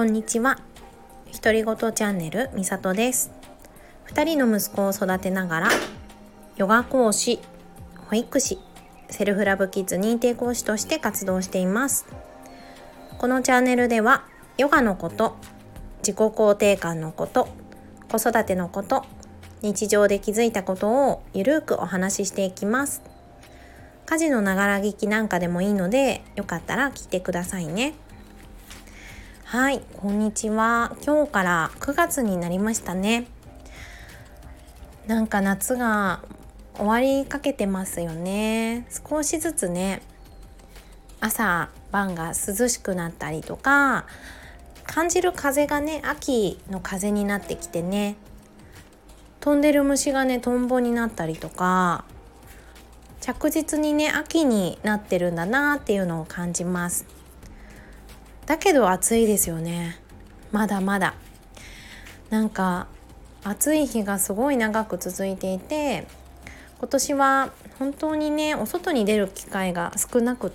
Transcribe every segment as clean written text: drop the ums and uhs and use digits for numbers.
こんにちは。独り言チャンネルみさとです。2人の息子を育てながらヨガ講師、保育士、セルフラブキッズ認定講師として活動しています。このチャンネルではヨガのこと、自己肯定感のこと、子育てのこと、日常で気づいたことをゆるくお話ししていきます。家事のながら聞きなんかでもいいので、よかったら聞いてくださいね。はい、こんにちは。今日から9月になりましたね。なんか夏が終わりかけてますよね。少しずつね、朝晩が涼しくなったりとか、感じる風がね、秋の風になってきてね、飛んでる虫がね、トンボになったりとか、着実にね、秋になってるんだなっていうのを感じます。だけど暑いですよね。まだまだなんか暑い日がすごい長く続いていて、今年は本当にね、お外に出る機会が少なくって、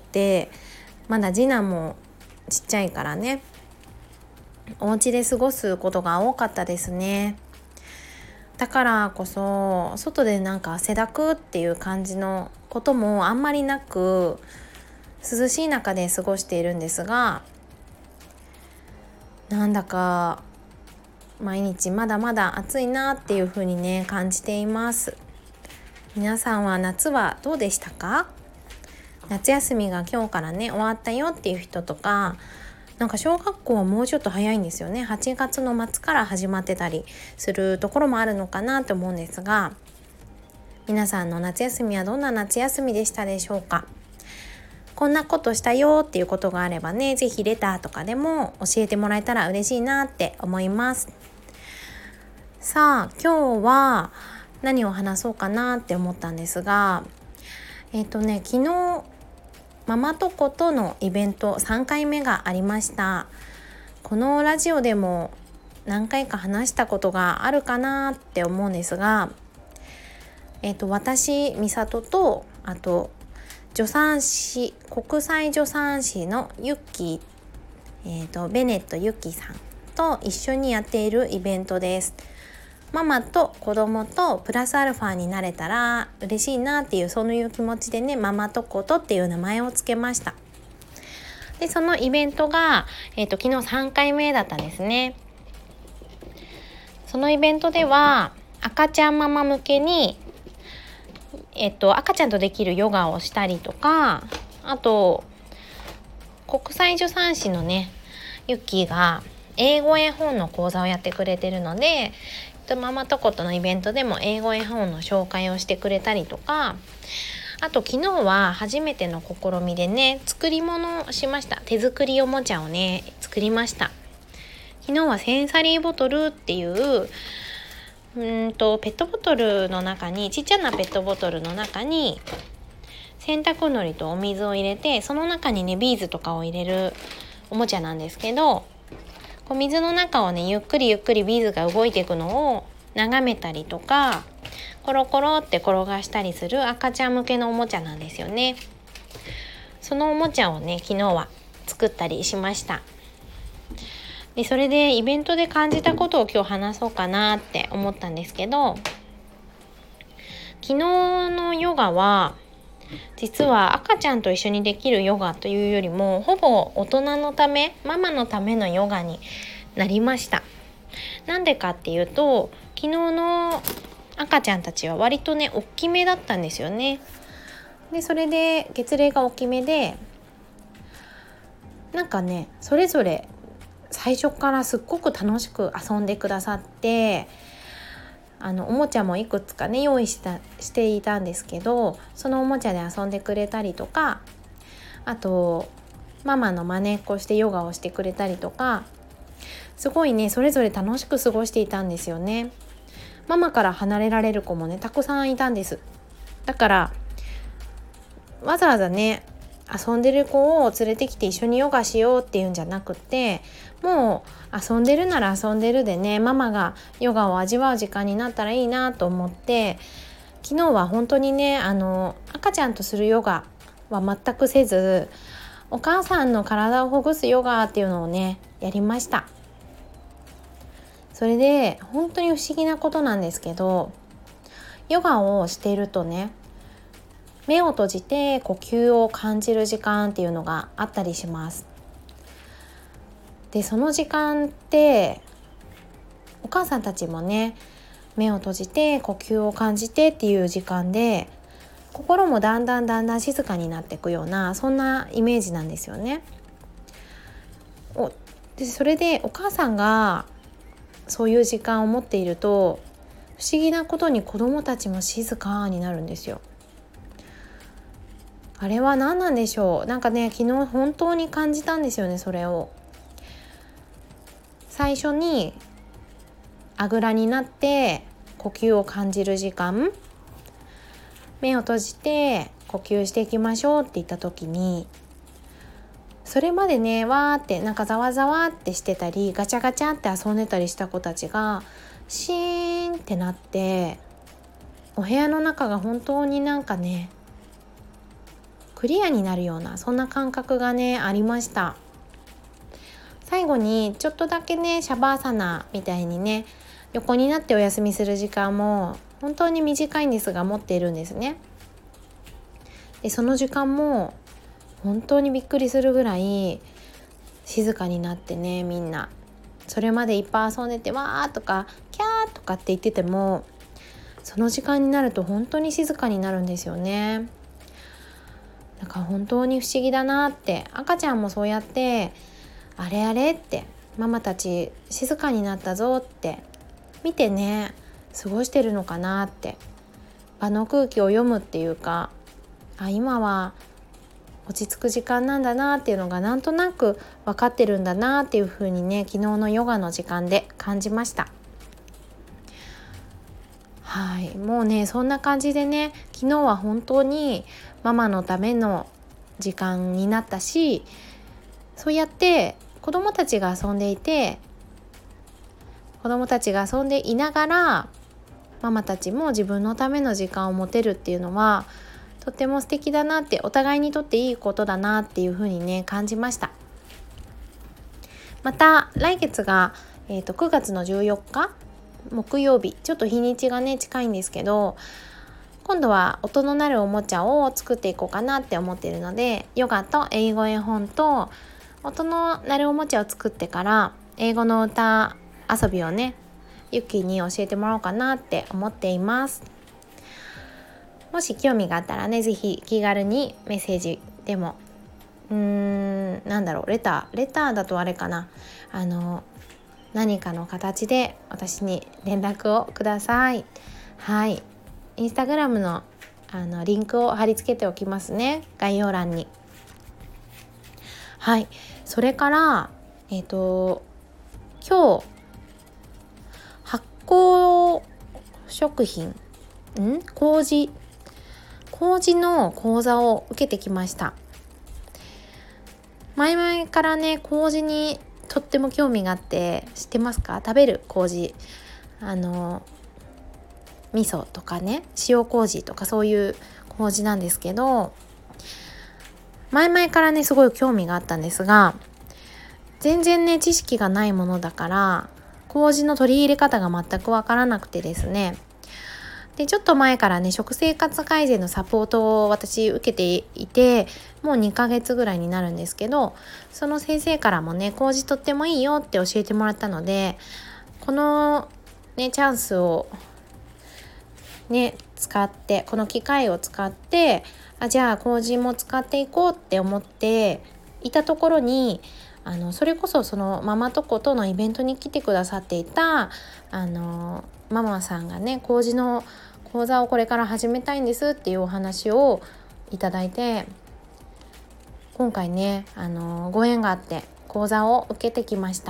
まだ次男もちっちゃいからね、お家で過ごすことが多かったですね。だからこそ外でなんか汗だくっていう感じのこともあんまりなく、涼しい中で過ごしているんですが、なんだか毎日まだまだ暑いなっていう風にね、感じています。皆さんは夏はどうでしたか？夏休みが今日からね、終わったよっていう人とか、なんか小学校はもうちょっと早いんですよね。8月の末から始まってたりするところもあるのかなと思うんですが、皆さんの夏休みはどんな夏休みでしたでしょうか？こんなことしたよっていうことがあればね、ぜひレターとかでも教えてもらえたら嬉しいなって思います。さあ、今日は何を話そうかなって思ったんですが、昨日ママとことのイベント3回目がありました。このラジオでも何回か話したことがあるかなって思うんですが、私みさとと、あと助産師、国際助産師のユッキー、ベネットユッキーさんと一緒にやっているイベントです。ママと子供とプラスアルファになれたら嬉しいなっていう、そういう気持ちでね、ママとことっていう名前をつけました。で、そのイベントが、昨日3回目だったんですね。そのイベントでは赤ちゃんママ向けに赤ちゃんとできるヨガをしたりとか、あと国際助産師のね、ユッキーが英語絵本の講座をやってくれてるので、ママとことのイベントでも英語絵本の紹介をしてくれたりとか、あと昨日は初めての試みでね、作り物をしました。手作りおもちゃをね、作りました。昨日はセンサリーボトルっていうペットボトルの中に、ちっちゃなペットボトルの中に洗濯のりとお水を入れて、その中にね、ビーズとかを入れるおもちゃなんですけど、こう水の中をね、ゆっくりゆっくりビーズが動いていくのを眺めたりとか、コロコロって転がしたりする赤ちゃん向けのおもちゃなんですよね。そのおもちゃをね、昨日は作ったりしました。で、それでイベントで感じたことを今日話そうかなって思ったんですけど、昨日のヨガは実は赤ちゃんと一緒にできるヨガというよりも、ほぼ大人のため、ママのためのヨガになりました。なんでかっていうと、昨日の赤ちゃんたちは割とね、大きめだったんですよね。で、それで月齢が大きめで、なんかね、それぞれ最初からすっごく楽しく遊んでくださって、おもちゃもいくつかね、用意していたんですけど、そのおもちゃで遊んでくれたりとか、あとママの真似っこしてヨガをしてくれたりとか、すごいね、それぞれ楽しく過ごしていたんですよね。ママから離れられる子もね、たくさんいたんです。だからわざわざね、遊んでる子を連れてきて一緒にヨガしようっていうんじゃなくて、もう遊んでるなら遊んでるでね、ママがヨガを味わう時間になったらいいなと思って、昨日は本当にね、赤ちゃんとするヨガは全くせず、お母さんの体をほぐすヨガっていうのをね、やりました。 それで本当に不思議なことなんですけど、ヨガをしているとね、目を閉じて呼吸を感じる時間っていうのがあったりします。でその時間ってお母さんたちもね、目を閉じて呼吸を感じてっていう時間で、心もだんだん静かになっていくような、そんなイメージなんですよね。でそれでお母さんがそういう時間を持っていると、不思議なことに子どもたちも静かになるんですよ。あれは何なんでしょう。なんかね、昨日本当に感じたんですよね。それを最初にあぐらになって呼吸を感じる時間、目を閉じて呼吸していきましょうって言った時に、それまでね、わーってなんかざわざわってしてたり、ガチャガチャって遊んでたりした子たちがシーンってなって、お部屋の中が本当になんかね、クリアになるような、そんな感覚がねありました。最後にちょっとだけね、シャバーサナみたいにね、横になってお休みする時間も本当に短いんですが持っているんですね。でその時間も本当にびっくりするぐらい静かになってね、みんなそれまでいっぱい遊んでてわーとかキャーとかって言ってても、その時間になると本当に静かになるんですよね。だから本当に不思議だなって、赤ちゃんもそうやってあれあれってママたち静かになったぞって見てね、過ごしてるのかなって、場の空気を読むっていうか、今は落ち着く時間なんだなっていうのがなんとなく分かってるんだなっていう風にね、昨日のヨガの時間で感じました。はい、もうねそんな感じでね、昨日は本当にママのための時間になったし、そうやって子どもたちが遊んでいて、子どもたちが遊んでいながらママたちも自分のための時間を持てるっていうのはとっても素敵だなって、お互いにとっていいことだなっていうふうにね感じました。また来月が、9月の14日木曜日、ちょっと日にちがね近いんですけど、今度は音のなるおもちゃを作っていこうかなって思っているので、ヨガと英語絵本と音のなるおもちゃを作ってから英語の歌遊びをねユッキーに教えてもらおうかなって思っています。もし興味があったらね、ぜひ気軽にメッセージでもなんだろう、レターだとあれかな、何かの形で私に連絡をください。はい、インスタグラムのリンクを貼り付けておきますね、概要欄に。はい、それから今日発酵食品麹の講座を受けてきました。前々からね麹にとっても興味があって、知ってますか？食べる麹、味噌とかね、塩麹とかそういう麹なんですけど、前々からねすごい興味があったんですが、全然ね知識がないものだから麹の取り入れ方が全くわからなくてですね、でちょっと前からね食生活改善のサポートを私受けていて、もう2ヶ月ぐらいになるんですけど、その先生からもね麹とってもいいよって教えてもらったので、このねチャンスをね使って、この機会を使って、じゃあ麹も使っていこうって思っていたところに、それこそそのママとことのイベントに来てくださっていたママさんがね、麹の講座をこれから始めたいんですっていうお話をいただいて、今回ねご縁があって講座を受けてきました。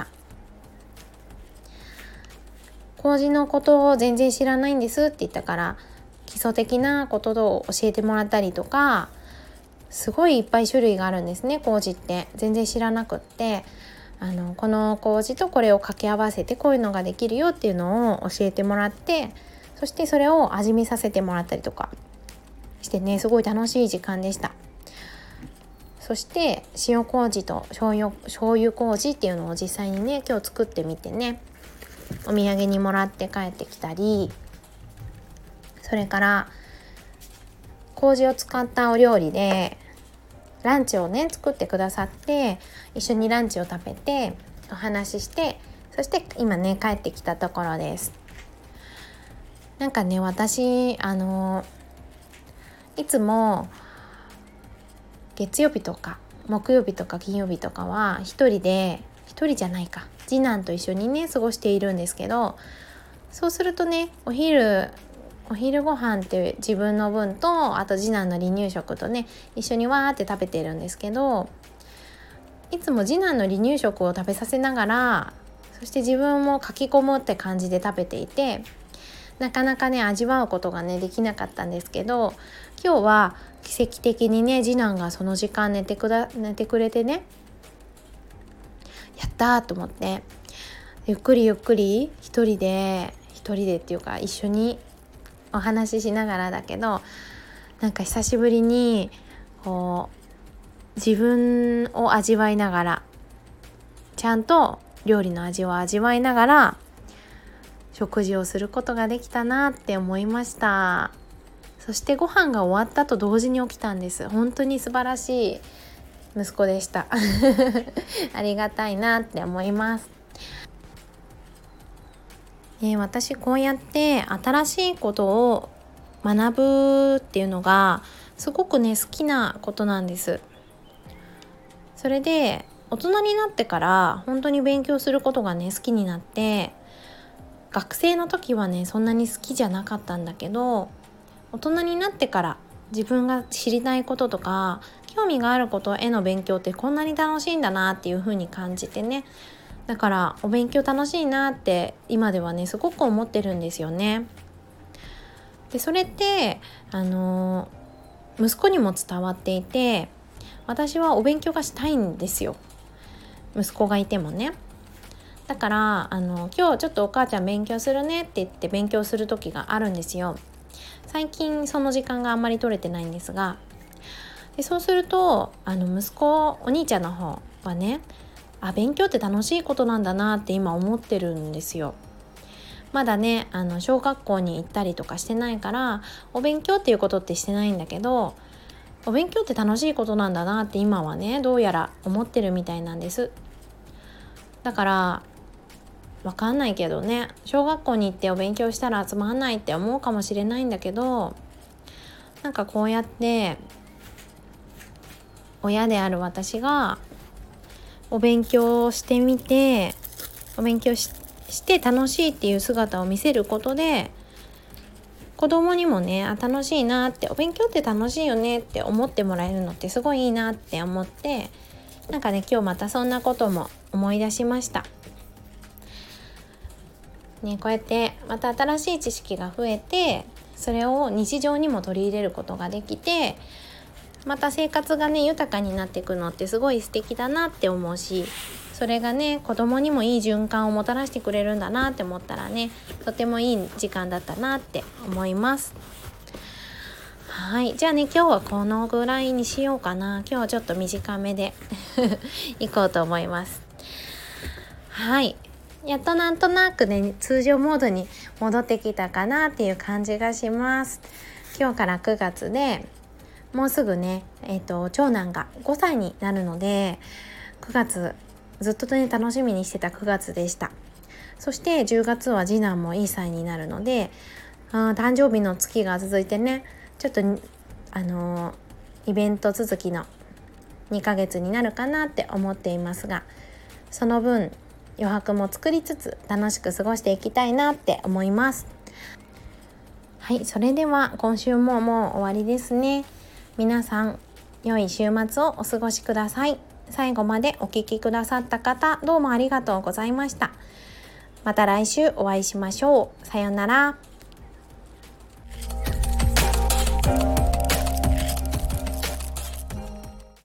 麹のことを全然知らないんですって言ったから、基礎的なことを教えてもらったりとか、すごいいっぱい種類があるんですね、麹って全然知らなくって、この麹とこれを掛け合わせてこういうのができるよっていうのを教えてもらって、そしてそれを味見させてもらったりとかしてね、すごい楽しい時間でした。そして塩麹と醤油麹っていうのを実際にね今日作ってみてね、 お土産にもらって帰ってきたり、それから麹を使ったお料理でランチをね作ってくださって、一緒にランチを食べてお話しして、そして今ね帰ってきたところです。なんかね、私いつも月曜日とか木曜日とか金曜日とかは一人じゃないか、次男と一緒にね過ごしているんですけど、そうするとねお昼ご飯って自分の分と、あと次男の離乳食とね一緒にわーって食べてるんですけど、いつも次男の離乳食を食べさせながら、そして自分もかき込むって感じで食べていて、なかなかね味わうことがねできなかったんですけど、今日は奇跡的にね次男がその時間寝てくれてね、やったーと思って、ゆっくり一人でっていうか一緒にお話ししながらだけど、なんか久しぶりにこう自分を味わいながら、ちゃんと料理の味を味わいながら食事をすることができたなって思いました。そしてご飯が終わったと同時に起きたんです。本当に素晴らしい息子でしたありがたいなって思います。私こうやって新しいことを学ぶっていうのがすごくね好きなことなんです。それで大人になってから本当に勉強することがね好きになって、学生の時はねそんなに好きじゃなかったんだけど、大人になってから自分が知りたいこととか興味があることへの勉強ってこんなに楽しいんだなっていう風に感じてね、だからお勉強楽しいなって今ではねすごく思ってるんですよね。でそれって息子にも伝わっていて、私はお勉強がしたいんですよ、息子がいてもね。だから今日ちょっとお母ちゃん勉強するねって言って勉強する時があるんですよ。最近その時間があんまり取れてないんですが、でそうすると息子お兄ちゃんの方はね、勉強って楽しいことなんだなって今思ってるんですよ。まだね小学校に行ったりとかしてないからお勉強っていうことってしてないんだけど、お勉強って楽しいことなんだなって今はねどうやら思ってるみたいなんです。だからわかんないけどね、小学校に行ってお勉強したらつまんないって思うかもしれないんだけど、なんかこうやって親である私がお勉強してみて、お勉強して楽しいっていう姿を見せることで、子供にもね楽しいなって、お勉強って楽しいよねって思ってもらえるのってすごいいいなって思って、なんかね今日またそんなことも思い出しました。ね、こうやってまた新しい知識が増えて、それを日常にも取り入れることができて、また生活がね豊かになっていくのってすごい素敵だなって思うし、それがね子供にもいい循環をもたらしてくれるんだなって思ったらね、とてもいい時間だったなって思います。はい、じゃあね今日はこのぐらいにしようかな。今日はちょっと短めで行こうと思います。はい、やっとなんとなくね通常モードに戻ってきたかなっていう感じがします。今日から9月でもうすぐね、長男が5歳になるので、9月ずっとね楽しみにしてた9月でした。そして10月は次男も1歳になるので、誕生日の月が続いてね、ちょっとイベント続きの2ヶ月になるかなって思っていますが、その分余白も作りつつ楽しく過ごしていきたいなって思います。はい、それでは今週ももう終わりですね。皆さん良い週末をお過ごしください。最後までお聞きくださった方、どうもありがとうございました。また来週お会いしましょう。さようなら。